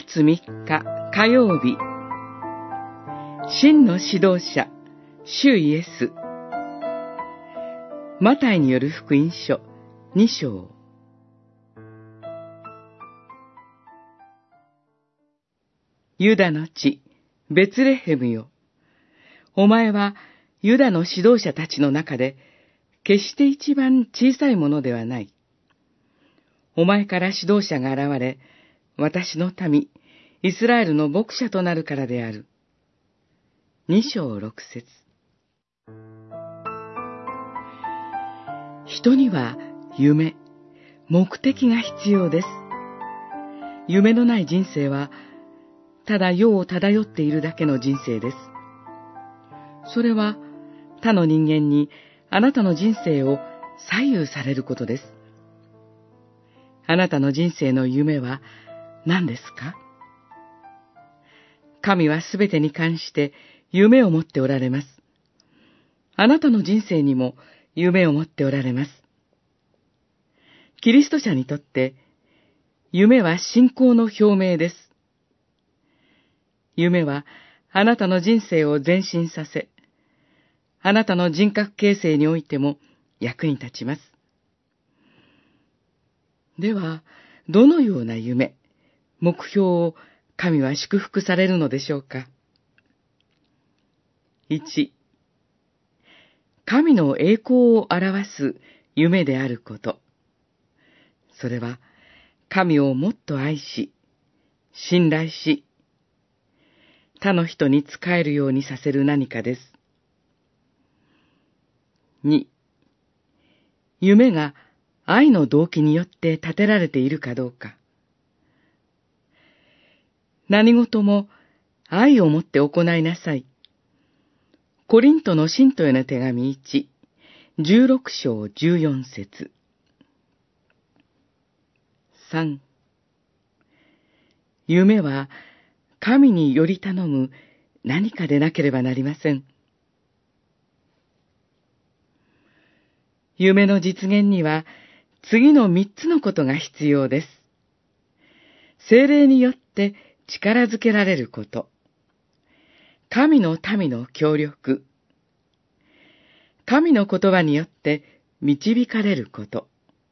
月3日火曜日、真の指導者、主イエス。マタイによる福音書2章。ユダの地、ベツレヘムよ。お前はユダの指導者たちの中で、決して一番小さいものではない。お前から指導者が現れ、私の民、イスラエルの牧者となるからである。2章6節。人には夢、目的が必要です。夢のない人生は、ただ世を漂っているだけの人生です。それは他の人間にあなたの人生を左右されることです。あなたの人生の夢は何ですか？神はすべてに関して夢を持っておられます。あなたの人生にも夢を持っておられます。キリスト者にとって夢は信仰の表明です。夢はあなたの人生を前進させ、あなたの人格形成においても役に立ちます。では、どのような夢、目標を神は祝福されるのでしょうか。1、神の栄光を表す夢であること。それは、神をもっと愛し、信頼し、他の人に仕えるようにさせる何かです。2、夢が愛の動機によって立てられているかどうか。何事も愛をもって行いなさい。コリントの信徒への手紙1、16章14節。3、夢は神により頼む何かでなければなりません。夢の実現には次の3つのことが必要です。聖霊によって力づけられること。神の民の協力。神の言葉によって導かれること。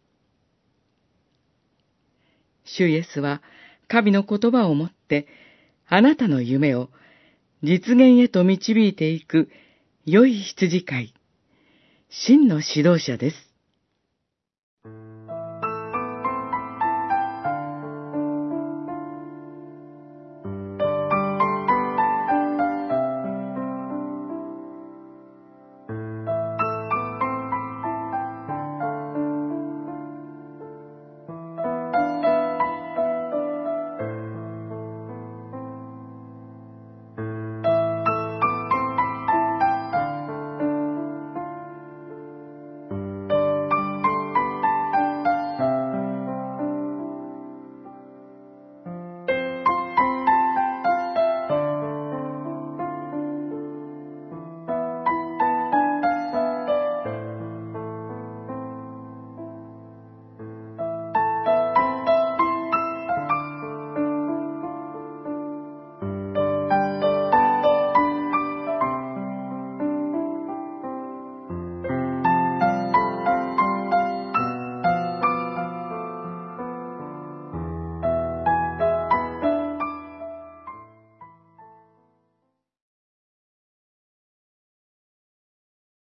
主イエスは神の言葉をもってあなたの夢を実現へと導いていく良い羊飼い、真の指導者です。